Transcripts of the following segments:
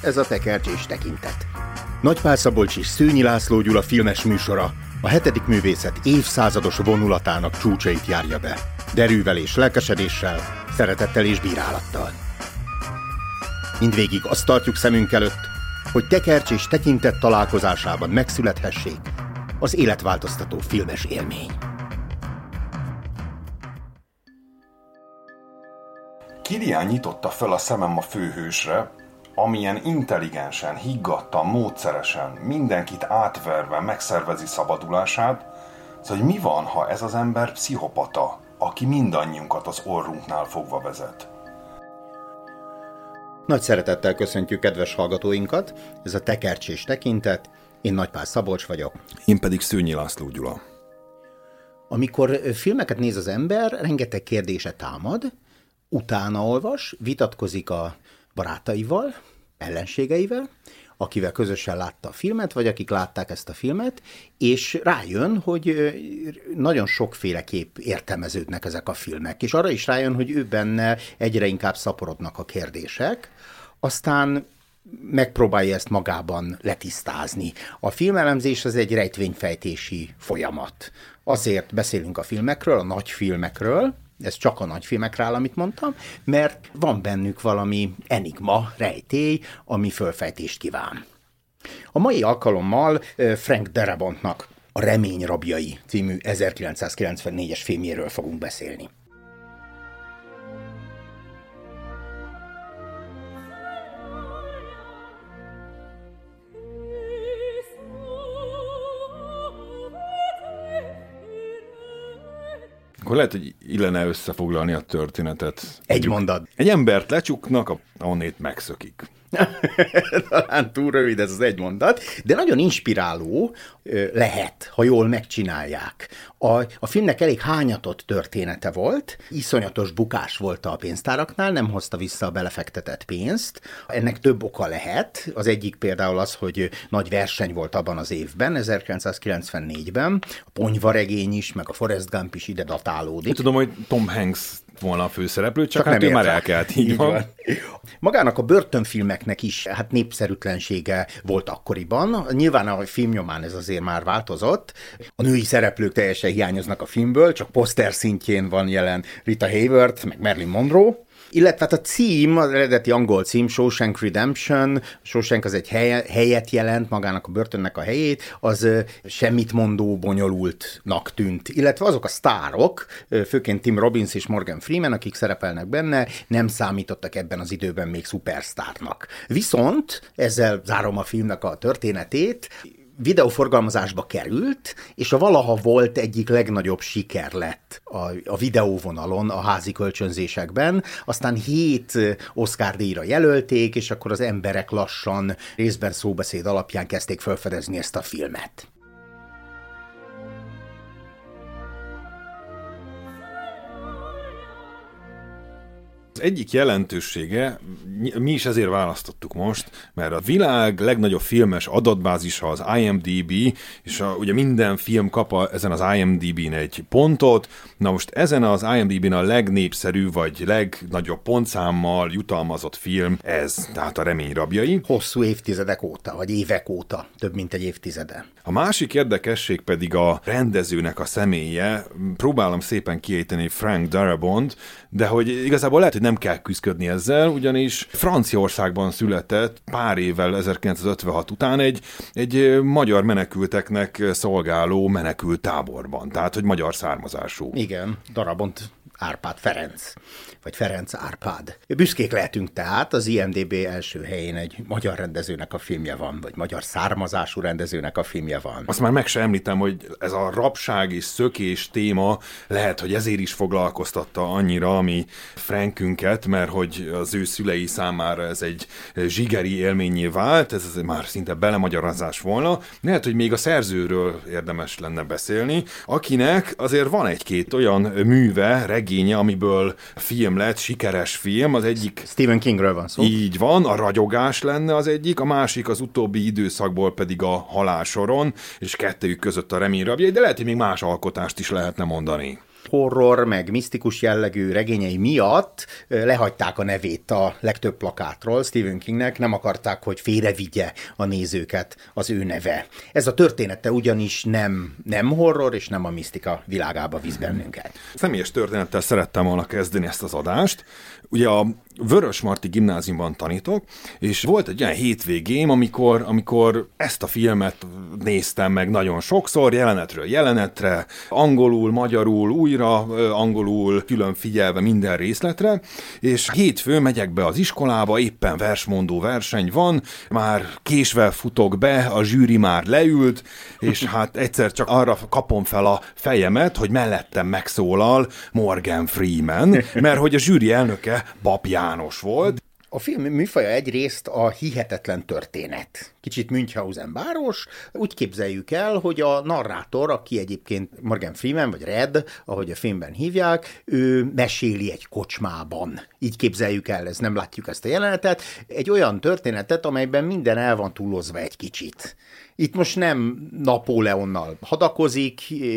ez a Tekercs tekintet. Nagy Pál Szabolcs és Szőnyi László Gyula filmes műsora a 7. művészet évszázados vonulatának csúcsait járja be. Derűvel és lelkesedéssel, szeretettel és bírálattal. Mindvégig azt tartjuk szemünk előtt, hogy Tekercs és tekintet találkozásában megszülethessék az életváltoztató filmes élmény. Kilián nyitotta fel a szemem a főhősre, amilyen intelligensen, higgadtan, módszeresen, mindenkit átverve megszervezi szabadulását, szóval hogy mi van, ha ez az ember pszichopata, aki mindannyiunkat az orrunknál fogva vezet. Nagy szeretettel köszöntjük kedves hallgatóinkat, ez a Tekercs és tekintet, én Nagy Pál Szabolcs vagyok. Én pedig Szőnyi László Gyula. Amikor filmeket néz az ember, rengeteg kérdése támad, utána olvas, vitatkozik a barátaival, ellenségeivel, akivel közösen látta a filmet, vagy akik látták ezt a filmet, és rájön, hogy nagyon sokféleképp értelmeződnek ezek a filmek, és arra is rájön, hogy ő benne egyre inkább szaporodnak a kérdések, aztán megpróbálja ezt magában letisztázni. A filmelemzés az egy rejtvényfejtési folyamat. Azért beszélünk a filmekről, a nagy filmekről, ez csak a nagy filmekre áll, amit mondtam, mert van bennük valami enigma, rejtély, ami fölfejtést kíván. A mai alkalommal Frank Darabontnak a Remény rabjai című 1994-es filmjéről fogunk beszélni. Akkor lehet, hogy illene összefoglalni a történetet. Egy mondat. Egy embert lecsuknak, ahonnét megszökik. Talán túl rövid ez az egy mondat, de nagyon inspiráló lehet, ha jól megcsinálják. A filmnek elég hányatott története volt, iszonyatos bukás volt a pénztáraknál, nem hozta vissza a belefektetett pénzt. Ennek több oka lehet. Az egyik például az, hogy nagy verseny volt abban az évben, 1994-ben. A Ponyvaregény is, meg a Forrest Gump is ide datálódik. Én tudom, hogy Tom Hanks volna a főszereplő, csak hát ő már elkelt, így van. Magának a börtönfilmeknek is hát népszerűtlensége volt akkoriban. Nyilván a film nyomán ez azért már változott. A női szereplők teljesen hiányoznak a filmből, csak poszter szintjén van jelen Rita Hayworth, meg Marilyn Monroe. Illetve hát a cím, az eredeti angol cím, Shawshank Redemption, Shawshank az egy helyet jelent, magának a börtönnek a helyét, az semmit mondó, bonyolultnak tűnt. Illetve azok a sztárok, főként Tim Robbins és Morgan Freeman, akik szerepelnek benne, nem számítottak ebben az időben még szupersztárnak. Viszont ezzel zárom a filmnek a történetét, videóforgalmazásba került, és a valaha volt egyik legnagyobb siker lett a videóvonalon a házi kölcsönzésekben. Aztán 7 Oscar-díjra jelölték, és akkor az emberek lassan részben szóbeszéd alapján kezdték felfedezni ezt a filmet. Az egyik jelentősége, mi is ezért választottuk most, mert a világ legnagyobb filmes adatbázisa az IMDb, és ugye minden film kap ezen az IMDb-n egy pontot. Na most ezen az IMDb-n a legnépszerűbb, vagy legnagyobb pontszámmal jutalmazott film ez, tehát a Remény rabjai. Hosszú évtizedek óta, vagy évek óta, több mint egy évtizede. A másik érdekesség pedig a rendezőnek a személye. Próbálom szépen kiejteni Frank Darabont, de hogy igazából lehet, hogy nem kell küzdködni ezzel, ugyanis Franciaországban született pár évvel 1956 után egy magyar menekülteknek szolgáló menekült táborban, tehát hogy magyar származású. Igen, Darabont Árpád Ferenc, vagy Ferenc Árpád. Büszkék lehetünk tehát, az IMDb első helyén egy magyar rendezőnek a filmje van, vagy magyar származású rendezőnek a filmje van. Azt már meg sem említem, hogy ez a rabság és szökés téma lehet, hogy ezért is foglalkoztatta annyira a mi Frankünket, mert hogy az ő szülei számára ez egy zsigeri élményé vált, ez már szinte belemagyarázás volna. Lehet, hogy még a szerzőről érdemes lenne beszélni, akinek azért van egy-két olyan műve, regénye, amiből film lett, sikeres film, az egyik... Stephen Kingről van szó. Így van, a Ragyogás lenne az egyik, a másik az utóbbi időszakból pedig a Halálsoron, és kettőjük között a Remény rabjai, de lehet, hogy még más alkotást is lehetne mondani. horror, meg misztikus jellegű regényei miatt lehagyták a nevét a legtöbb plakátról Stephen Kingnek, nem akarták, hogy félrevigye a nézőket az ő neve. Ez a története ugyanis nem horror, és nem a misztika világába visz bennünket. Személyes történettel szerettem volna kezdeni ezt az adást. Ugye a Vörösmarty Gimnáziumban tanítok, és volt egy olyan hétvégém, amikor ezt a filmet néztem meg nagyon sokszor, jelenetről jelenetre, angolul, magyarul, újra angolul, külön figyelve minden részletre, és hétfőn megyek be az iskolába, éppen versmondó verseny van, már késve futok be, a zsűri már leült, és hát egyszer csak arra kapom fel a fejemet, hogy mellettem megszólal Morgan Freeman, mert hogy a zsűri elnöke Bab János volt. A film műfaja egyrészt a hihetetlen történet. Kicsit Münchhausen báros. Úgy képzeljük el, hogy a narrátor, aki egyébként Morgan Freeman, vagy Red, ahogy a filmben hívják, ő meséli egy kocsmában. Így képzeljük el, nem látjuk ezt a jelenetet. Egy olyan történetet, amelyben minden el van túlozva egy kicsit. Itt most nem Napóleonnal hadakozik,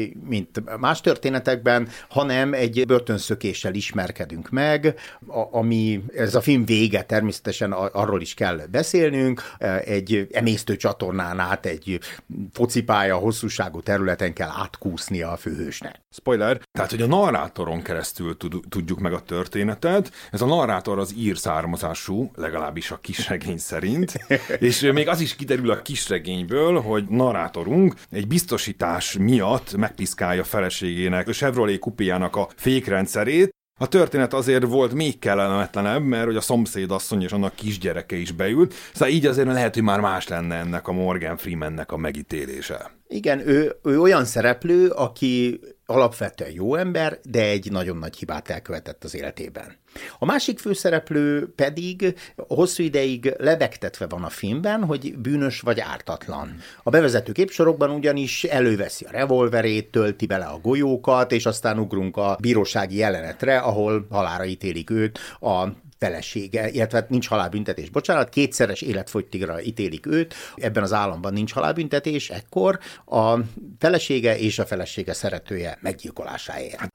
mint más történetekben, hanem egy börtönszökéssel ismerkedünk meg, ami ez a film vége, természetesen arról is kell beszélnünk, egy emésztő csatornán át, egy focipálya hosszúságú területen kell átkúsznia a főhősnek. Spoiler, tehát, hogy a narrátoron keresztül tudjuk meg a történetet, ez a narrátor az ír származású, legalábbis a kisregény szerint, és még az is kiderül a kisregényből, hogy narrátorunk egy biztosítás miatt megpiszkálja feleségének, a Chevrolet kupéjának a fékrendszerét. A történet azért volt még kellemetlenebb, mert hogy a szomszédasszony és annak kisgyereke is beült, szóval így azért lehet, hogy már más lenne ennek a Morgan Freemannek a megítélése. Igen, ő olyan szereplő, aki alapvetően jó ember, de egy nagyon nagy hibát elkövetett az életében. A másik főszereplő pedig hosszú ideig lebegtetve van a filmben, hogy bűnös vagy ártatlan. A bevezető képsorokban ugyanis előveszi a revolverét, tölti bele a golyókat, és aztán ugrunk a bírósági jelenetre, ahol halálra ítélik őt a felesége, illetve nincs halálbüntetés, bocsánat, 2-szeres életfogytigra ítélik őt, ebben az államban nincs halálbüntetés, ekkor a felesége és a felesége szeretője meggyilkolásáért.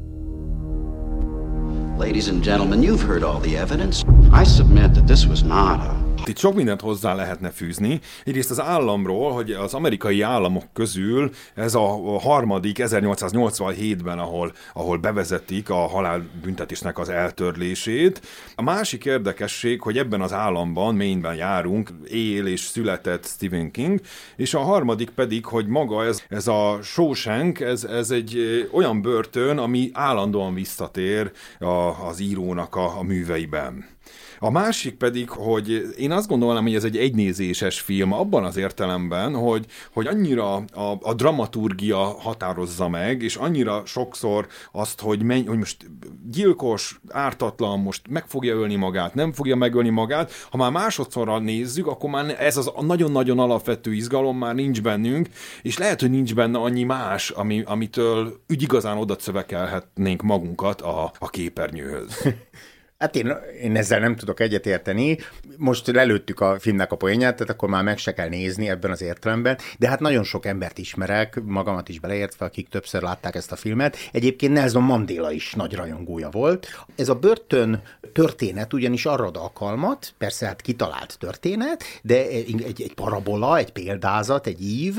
Ladies and gentlemen, you've heard all the evidence. I submit that this was not a... Itt sok mindent hozzá lehetne fűzni. Egyrészt az államról, hogy az amerikai államok közül ez a harmadik 1887-ben, ahol bevezetik a halálbüntetésnek az eltörlését. A másik érdekesség, hogy ebben az államban, Maine-ben járunk, él és született Stephen King, és a harmadik pedig, hogy maga ez a Shawshank, ez egy olyan börtön, ami állandóan visszatér az írónak a műveiben. A másik pedig, hogy én azt gondolom, hogy ez egy egynézéses film abban az értelemben, hogy annyira a dramaturgia határozza meg, és annyira sokszor azt, hogy most gyilkos, ártatlan, most meg fogja ölni magát, nem fogja megölni magát. Ha már másodszorra nézzük, akkor már ez az a nagyon-nagyon alapvető izgalom már nincs bennünk, és lehet, hogy nincs benne annyi más, amitől ügyigazán oda szövekelhetnénk magunkat a képernyőhöz. Hát én ezzel nem tudok egyetérteni. Most lelőttük a filmnek a poénját, tehát akkor már meg se kell nézni ebben az értelemben, de hát nagyon sok embert ismerek, magamat is beleértve, akik többször látták ezt a filmet. Egyébként Nelson Mandela is nagy rajongója volt. Ez a börtön történet ugyanis arra ad alkalmat, persze hát kitalált történet, de egy parabola, egy példázat, egy ív,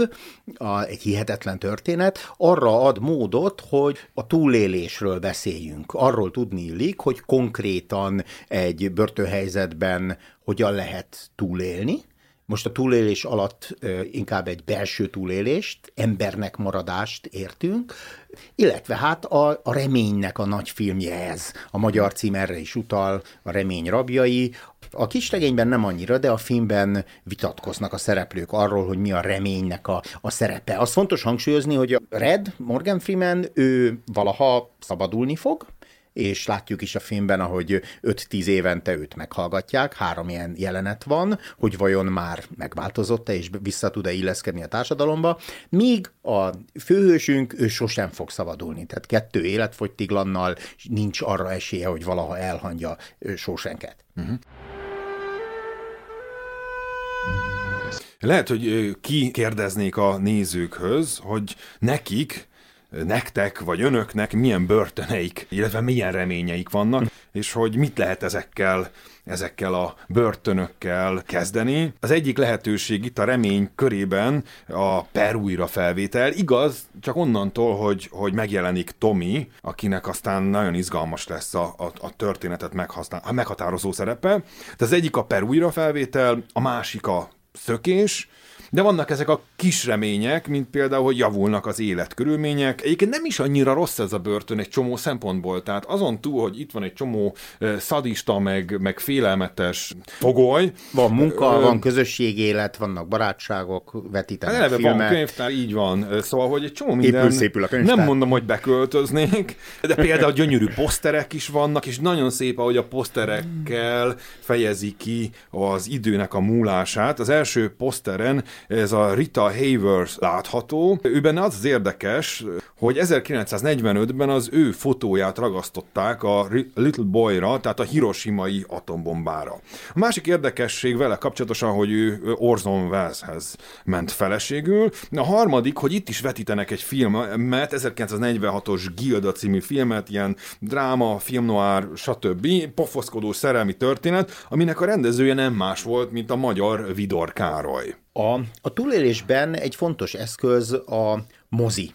egy hihetetlen történet, arra ad módot, hogy a túlélésről beszéljünk. Arról tudni illik, hogy konkrét egy börtönhelyzetben hogyan lehet túlélni. Most a túlélés alatt inkább egy belső túlélést, embernek maradást értünk, illetve hát a reménynek a nagy filmje ez. A magyar cím erre is utal, a Remény rabjai. A kisregényben nem annyira, de a filmben vitatkoznak a szereplők arról, hogy mi a reménynek a szerepe. Az fontos hangsúlyozni, hogy a Red, Morgan Freeman, ő valaha szabadulni fog, és látjuk is a filmben, ahogy 5-10 évente őt meghallgatják, 3 ilyen jelenet van, hogy vajon már megváltozott-e, és vissza tud-e illeszkedni a társadalomba, míg a főhősünk, ő sosem fog szabadulni, tehát 2 életfogytiglannal nincs arra esélye, hogy valaha elhagyja Shawshanket. Lehet, hogy kikérdeznék a nézőkhöz, hogy nekik nektek, vagy önöknek milyen börtöneik, illetve milyen reményeik vannak, és hogy mit lehet ezekkel a börtönökkel kezdeni. Az egyik lehetőség itt a remény körében a per újrafelvétel. Igaz, csak onnantól, hogy megjelenik Tommy, akinek aztán nagyon izgalmas lesz a történetet meghatározó szerepe. Tehát az egyik a per újrafelvétel, a másik a szökés, de vannak ezek a kis remények, mint például, hogy javulnak az életkörülmények. Egyébként nem is annyira rossz ez a börtön egy csomó szempontból. Tehát azon túl, hogy itt van egy csomó szadista, meg félelmetes fogoly. Van munka, van közösségélet, vannak barátságok, vetítenek eleve filmek. Van könyvtár, így van. Szóval, hogy egy csomó minden... Épül szépül a könyvtár. Nem mondom, hogy beköltöznék, de például gyönyörű poszterek is vannak, és nagyon szép, ahogy a poszterekkel fejezi ki az időnek a múlását. Az első poszteren ez a Rita Hayworth látható. Ő benne az érdekes, hogy 1945-ben az ő fotóját ragasztották a Little Boyra, tehát a hiroshimai atombombára. A másik érdekesség vele kapcsolatosan, hogy ő Orson Welleshez ment feleségül. A harmadik, hogy itt is vetítenek egy filmet, 1946-os Gilda című filmet, ilyen dráma, film noir, stb. Pofoszkodó szerelmi történet, aminek a rendezője nem más volt, mint a magyar Vidor Károly. A túlélésben egy fontos eszköz a mozi.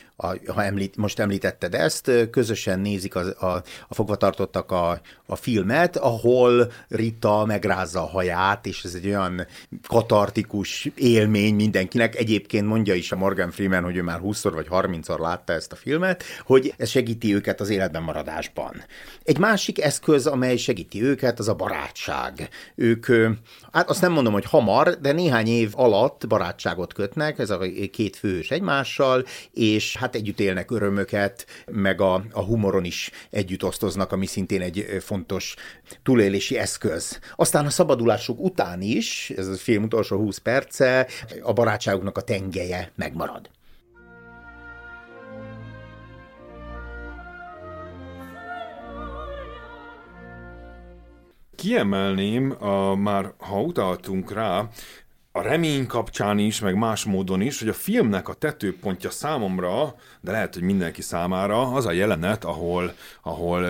Most említetted ezt, közösen nézik a fogvatartottak a filmet, ahol Rita megrázza a haját, és ez egy olyan katartikus élmény mindenkinek. Egyébként mondja is a Morgan Freeman, hogy ő már 20-szor vagy 30-szor látta ezt a filmet, hogy ez segíti őket az életben maradásban. Egy másik eszköz, amely segíti őket, az a barátság. Ők, hát azt nem mondom, hogy hamar, de néhány év alatt barátságot kötnek, ez a két főhős egymással, és hát együtt élnek örömöket, meg a humoron is együtt osztoznak, ami szintén egy fontos túlélési eszköz. Aztán a szabadulásuk után is, ez a film utolsó 20 perce, a barátságuknak a tengelye megmarad. Kiemelném, már ha utaltunk rá, a remény kapcsán is, meg más módon is, hogy a filmnek a tetőpontja számomra, de lehet, hogy mindenki számára, az a jelenet, ahol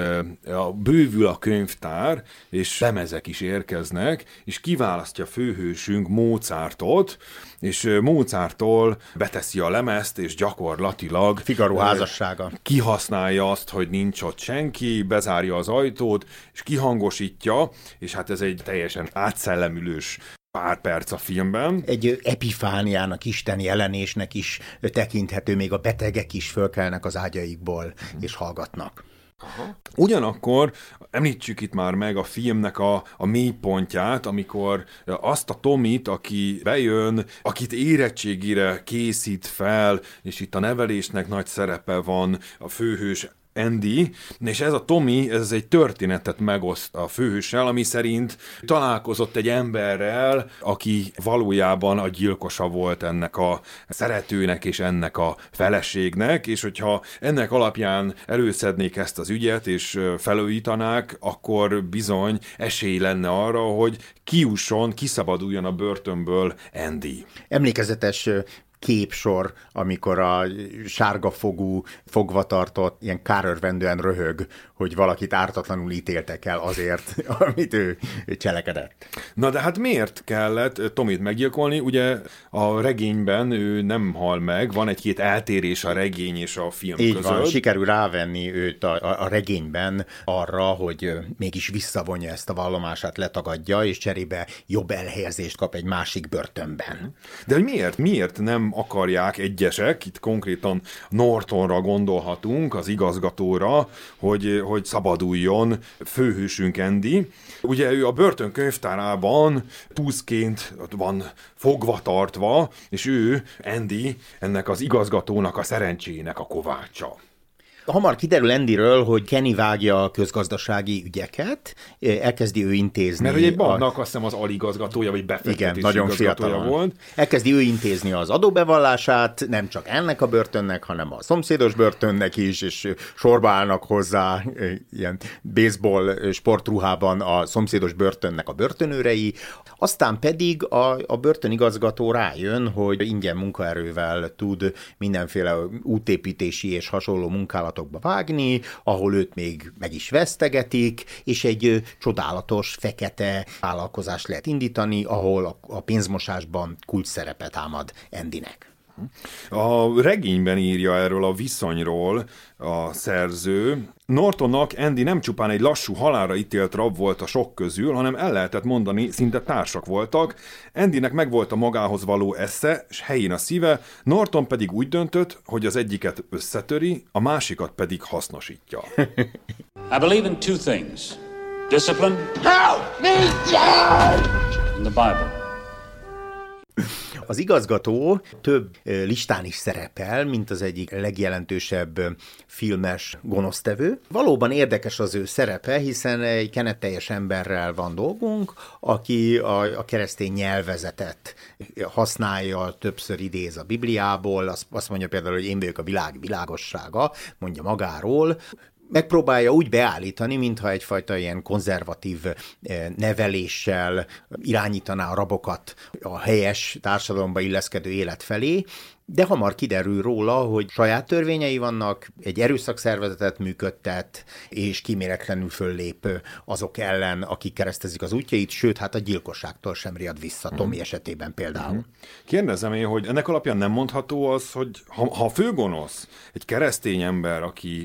bővül a könyvtár, és lemezek is érkeznek, és kiválasztja főhősünk Mozartot, és Mozarttól beteszi a lemezt, és gyakorlatilag Figaro házassága. Kihasználja azt, hogy nincs ott senki, bezárja az ajtót, és kihangosítja, és hát ez egy teljesen átszellemülős pár perc a filmben. Egy epifániának, isten jelenésnek is tekinthető, még a betegek is fölkelnek az ágyaikból, és hallgatnak. Aha. Ugyanakkor említsük itt már meg a filmnek a mélypontját, amikor azt a Tomit, aki bejön, akit érettségire készít fel, és itt a nevelésnek nagy szerepe van, a főhős Andy, és ez a Tommy, ez egy történetet megoszt a főhőssel, ami szerint találkozott egy emberrel, aki valójában a gyilkosa volt ennek a szeretőnek és ennek a feleségnek, és hogyha ennek alapján előszednék ezt az ügyet, és felújítanák, akkor bizony esély lenne arra, hogy kiszabaduljon a börtönből Andy. Emlékezetes képsor, amikor a sárgafogú fogvatartott ilyen kárörvendően röhög, hogy valakit ártatlanul ítéltek el azért, amit ő cselekedett. Na de hát miért kellett Tomit meggyilkolni? Ugye a regényben ő nem hal meg, van egy-két eltérés a regény és a film így között. Van, sikerül rávenni őt a regényben arra, hogy mégis visszavonja ezt a vallomását, letagadja, és cserébe jobb elhelyezést kap egy másik börtönben. De hogy miért nem akarják egyesek, itt konkrétan Nortonra gondolhatunk, az igazgatóra, hogy szabaduljon főhősünk Andy. Ugye ő a börtön könyvtárában túszként van fogva tartva, és ő, Andy, ennek az igazgatónak a szerencsének a kovácsa. Hamar kiderül Andyről, hogy Kenny vágja a közgazdasági ügyeket, elkezdi ő intézni. Mert hogy egy banknak azt hiszem az aligazgatója, vagy befektetési nagyon igazgatója volt. Elkezdi ő intézni az adóbevallását, nem csak ennek a börtönnek, hanem a szomszédos börtönnek is, és sorba állnak hozzá ilyen baseball sportruhában a szomszédos börtönnek a börtönőrei. Aztán pedig a börtönigazgató rájön, hogy ingyen munkaerővel tud mindenféle útépítési és hasonló munkálatokba vágni, ahol őt még meg is vesztegetik, és egy csodálatos, fekete vállalkozást lehet indítani, ahol a pénzmosásban kulcs szerepet támad Andynek. A regényben írja erről a viszonyról a szerző. Nortonnak Andy nem csupán egy lassú halálra ítélt rab volt a sok közül, hanem el lehetett mondani, szinte társak voltak. Andynek megvolt a magához való esze, s helyén a szíve, Norton pedig úgy döntött, hogy az egyiket összetöri, a másikat pedig hasznosítja. I believe in two things. Discipline. Help me, Dad! And the Bible. Az igazgató több listán is szerepel, mint az egyik legjelentősebb filmes gonosztevő. Valóban érdekes az ő szerepe, hiszen egy kenetteljes emberrel van dolgunk, aki a keresztény nyelvezetet használja, többször idéz a Bibliából, azt mondja például, hogy én vagyok a világ világossága, mondja magáról, megpróbálja úgy beállítani, mintha egyfajta ilyen konzervatív neveléssel irányítaná a rabokat a helyes társadalomba illeszkedő élet felé, de hamar kiderül róla, hogy saját törvényei vannak, egy erőszakszervezetet működtet, és kíméletlenül föllép azok ellen, akik keresztezik az útjait, sőt, hát a gyilkosságtól sem riad vissza, Tommy esetében például. Kérdezem én, hogy ennek alapján nem mondható az, hogy ha a főgonosz egy keresztény ember,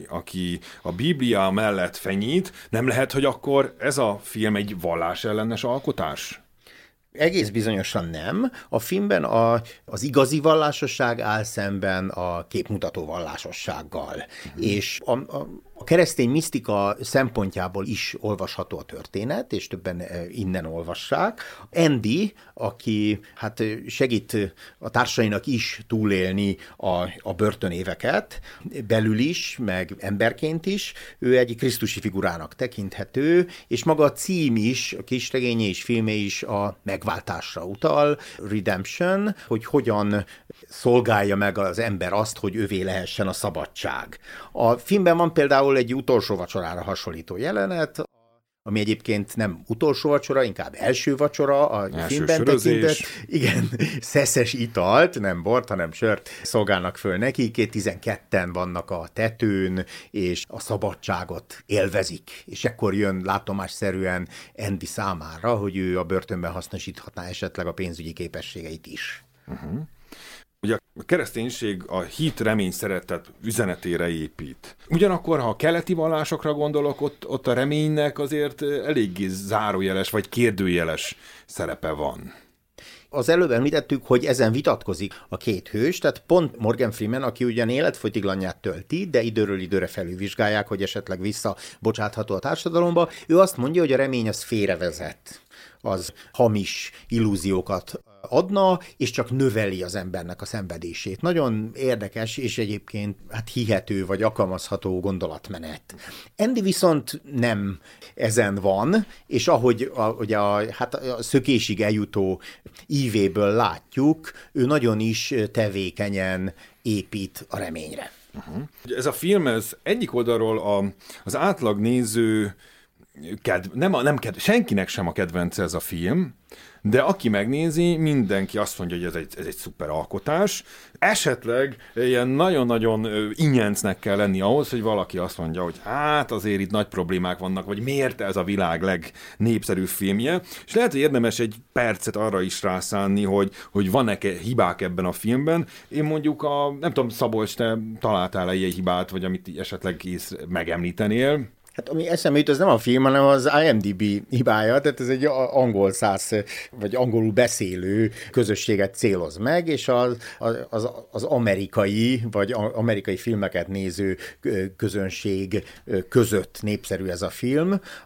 aki a Biblia mellett fenyít, nem lehet, hogy akkor ez a film egy vallásellenes alkotás? Egész bizonyosan nem. A filmben az igazi vallásosság áll szemben a képmutató vallásossággal. És a keresztény misztika szempontjából is olvasható a történet, és többen innen olvassák. Andy, aki hát segít a társainak is túlélni a börtönéveket, belül is, meg emberként is, ő egy krisztusi figurának tekinthető, és maga a cím is, a kisregénye és filmje is a megváltásra utal, Redemption, hogy hogyan szolgálja meg az ember azt, hogy övé lehessen a szabadság. A filmben van például egy utolsó vacsorára hasonlító jelenet, ami egyébként nem utolsó vacsora, inkább első vacsora a filmben tekintett. Igen, szeszes italt, nem bort, hanem sört szolgálnak föl nekik, 12-en vannak a tetőn, és a szabadságot élvezik. És ekkor jön látomásszerűen Andy számára, hogy ő a börtönben hasznosíthatná esetleg a pénzügyi képességeit is. Uh-huh. Ugye a kereszténység a hit, remény, szeretet üzenetére épít. Ugyanakkor, ha a keleti vallásokra gondolok, ott a reménynek azért eléggé zárójeles vagy kérdőjeles szerepe van. Az előbb említettük, hogy ezen vitatkozik a két hős, tehát pont Morgan Freeman, aki ugyan életfogytiglanját tölti, de időről időre felülvizsgálják, hogy esetleg visszabocsátható a társadalomba. Ő azt mondja, hogy a remény az félrevezet, az hamis illúziókat adna, és csak növeli az embernek a szenvedését. Nagyon érdekes, és egyébként hát hihető vagy alkalmazható gondolatmenet. Andy viszont nem ezen van, és ahogy a szökésig eljutó ívéből látjuk, ő nagyon is tevékenyen épít a reményre. Uh-huh. Ez a film, ez egyik oldalról az átlag néző senkinek sem a kedvence ez a film, de aki megnézi, mindenki azt mondja, hogy ez egy szuper alkotás. Esetleg ilyen nagyon-nagyon ingyencnek kell lenni ahhoz, hogy valaki azt mondja, hogy hát azért itt nagy problémák vannak, vagy miért ez a világ legnépszerűbb filmje. És lehet, hogy érdemes egy percet arra is rászánni, hogy vannak-e hibák ebben a filmben. Én mondjuk nem tudom, Szabolcs, te találtál-e ilyen hibát, vagy amit esetleg megemlítenél? Hát ami eszembe jut, az nem a film, hanem az IMDb hibája, tehát ez egy angol száz, vagy angolul beszélő közösséget céloz meg, és az amerikai, vagy amerikai filmeket néző közönség között népszerű ez a film.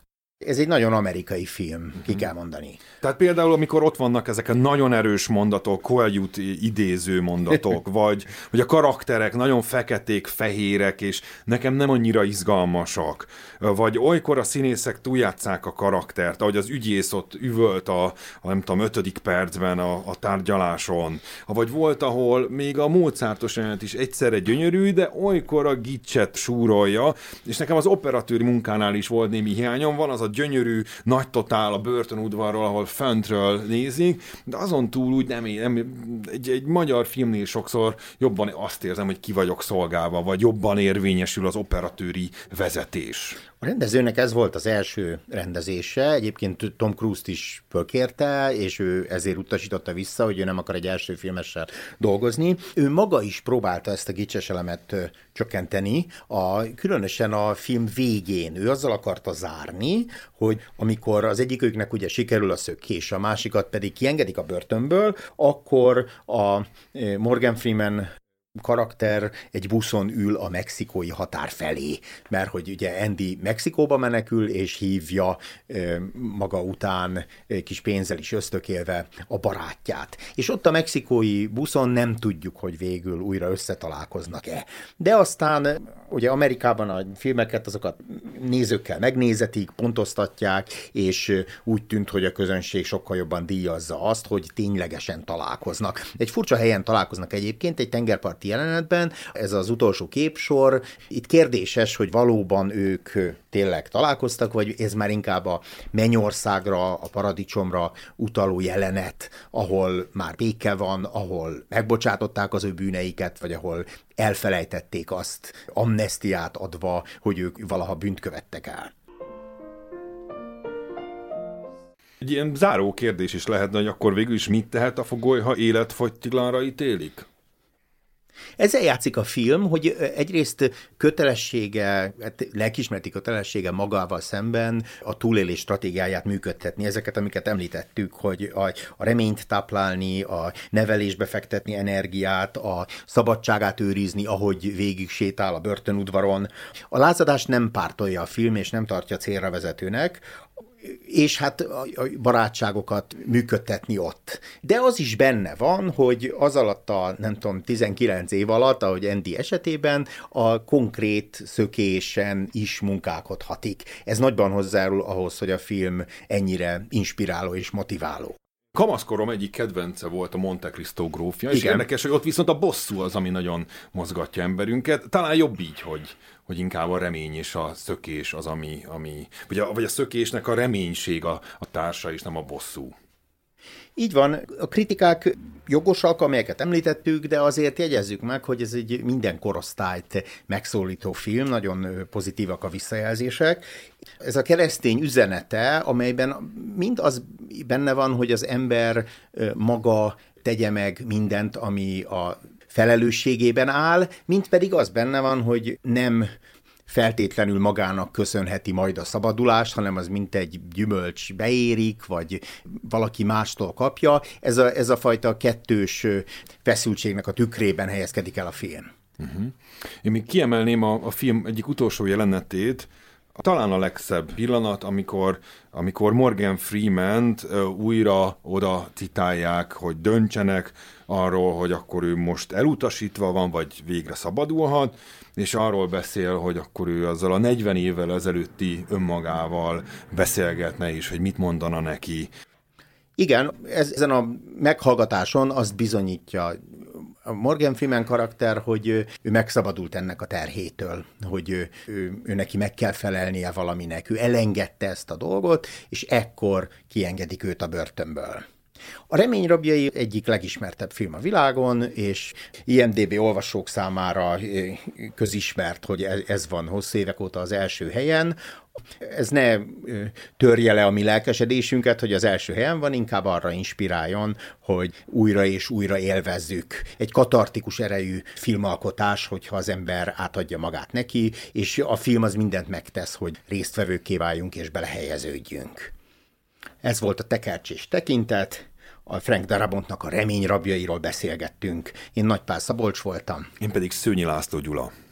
Ez egy nagyon amerikai film, ki kell mondani. Tehát például, amikor ott vannak ezek a nagyon erős mondatok, Coelho-t idéző mondatok, vagy a karakterek nagyon feketék, fehérek, és nekem nem annyira izgalmasak, vagy olykor a színészek túljátsszák a karaktert, ahogy az ügyész ott üvölt nem tudom, 5. percben a tárgyaláson, vagy volt, ahol még a Mozartos jelenet is egyszerre gyönyörű, de olykor a gicset súrolja, és nekem az operatőri munkánál is volt némi hiányom, van az a gyönyörű nagy totál a börtönudvarról, ahol föntről nézik, de azon túl úgy nem egy magyar filmnél sokszor jobban azt érzem, hogy ki vagyok szolgálva, vagy jobban érvényesül az operatőri vezetés. A rendezőnek ez volt az első rendezése, egyébként Tom Cruise-t is fölkérte, és ő ezért utasította vissza, hogy ő nem akar egy első filmessel dolgozni. Ő maga is próbálta ezt a gicses elemet csökkenteni, különösen a film végén. Ő azzal akarta zárni, hogy amikor az egyiküknek ugye sikerül a szökés, a másikat pedig kiengedik a börtönből, akkor a Morgan Freeman karakter egy buszon ül a mexikói határ felé, mert hogy ugye Andy Mexikóba menekül, és hívja maga után kis pénzzel is ösztökélve a barátját. És ott a mexikói buszon nem tudjuk, hogy végül újra összetalálkoznak-e. De aztán ugye Amerikában a filmeket azokat nézőkkel megnézetik, pontoztatják, és úgy tűnt, hogy a közönség sokkal jobban díjazza azt, hogy ténylegesen találkoznak. Egy furcsa helyen találkoznak egyébként, egy tengerparti jelenetben, ez az utolsó képsor. Itt kérdéses, hogy valóban ők tényleg találkoztak, vagy ez már inkább a mennyországra, a paradicsomra utaló jelenet, ahol már béke van, ahol megbocsátották az ő bűneiket, vagy ahol elfelejtették azt, amnesztiát adva, hogy ők valaha bűnt követtek el. Egy ilyen záró kérdés is lehetne, hogy akkor végül is mit tehet a fogoly, ha életfogytiglanra ítélik? Ezzel játszik a film, hogy egyrészt kötelessége, lelkiismereti kötelessége magával szemben a túlélés stratégiáját működtetni. Ezeket, amiket említettük, hogy a reményt táplálni, a nevelésbe fektetni energiát, a szabadságát őrizni, ahogy végig sétál a börtönudvaron. A lázadást nem pártolja a film, és nem tartja célra vezetőnek, és hát a barátságokat működtetni ott. De az is benne van, hogy az alatt a, 19 év alatt, ahogy Andy esetében, a konkrét szökésen is munkálkodhatik. Ez nagyban hozzájárul ahhoz, hogy a film ennyire inspiráló és motiváló. Kamaszkorom egyik kedvence volt a Monte Cristo grófja, és igen. Érdekes, hogy ott viszont a bosszú az, ami nagyon mozgatja emberünket. Talán jobb így, hogy inkább a remény és a szökés az, ami vagy a szökésnek a reménység a társa, és nem a bosszú. Így van, a kritikák jogosak, amelyeket említettük, de azért jegyezzük meg, hogy ez egy minden korosztályt megszólító film, nagyon pozitívak a visszajelzések. Ez a keresztény üzenete, amelyben mind az benne van, hogy az ember maga tegye meg mindent, ami a felelősségében áll, mint pedig az benne van, hogy nem feltétlenül magának köszönheti majd a szabadulást, hanem az mint egy gyümölcs beérik, vagy valaki mástól kapja. Ez a fajta kettős feszültségnek a tükrében helyezkedik el a film. Uh-huh. Én még kiemelném a film egyik utolsó jelenetét, talán a legszebb pillanat, amikor Morgan Freeman-t újra oda citálják, hogy döntsenek arról, hogy akkor ő most elutasítva van, vagy végre szabadulhat, és arról beszél, hogy akkor ő azzal a 40 évvel ezelőtti önmagával beszélgetne is, hogy mit mondana neki. Igen, ezen a meghallgatáson azt bizonyítja a Morgan Freeman karakter, hogy ő megszabadult ennek a terhétől, hogy ő neki meg kell felelnie valaminek, ő elengedte ezt a dolgot, és ekkor kiengedik őt a börtönből. A Remény rabjai egyik legismertebb film a világon, és IMDb olvasók számára közismert, hogy ez van hosszú évek óta az első helyen. Ez ne törje le a mi lelkesedésünket, hogy az első helyen van, inkább arra inspiráljon, hogy újra és újra élvezzük. Egy katartikus erejű filmalkotás, hogyha az ember átadja magát neki, és a film az mindent megtesz, hogy résztvevőkké váljunk és belehelyeződjünk. Ez volt a Tekercs tekintet. A Frank Darabontnak a Remény rabjairól beszélgettünk. Én Nagy Pál Szabolcs voltam. Én pedig Szőnyi László Gyula.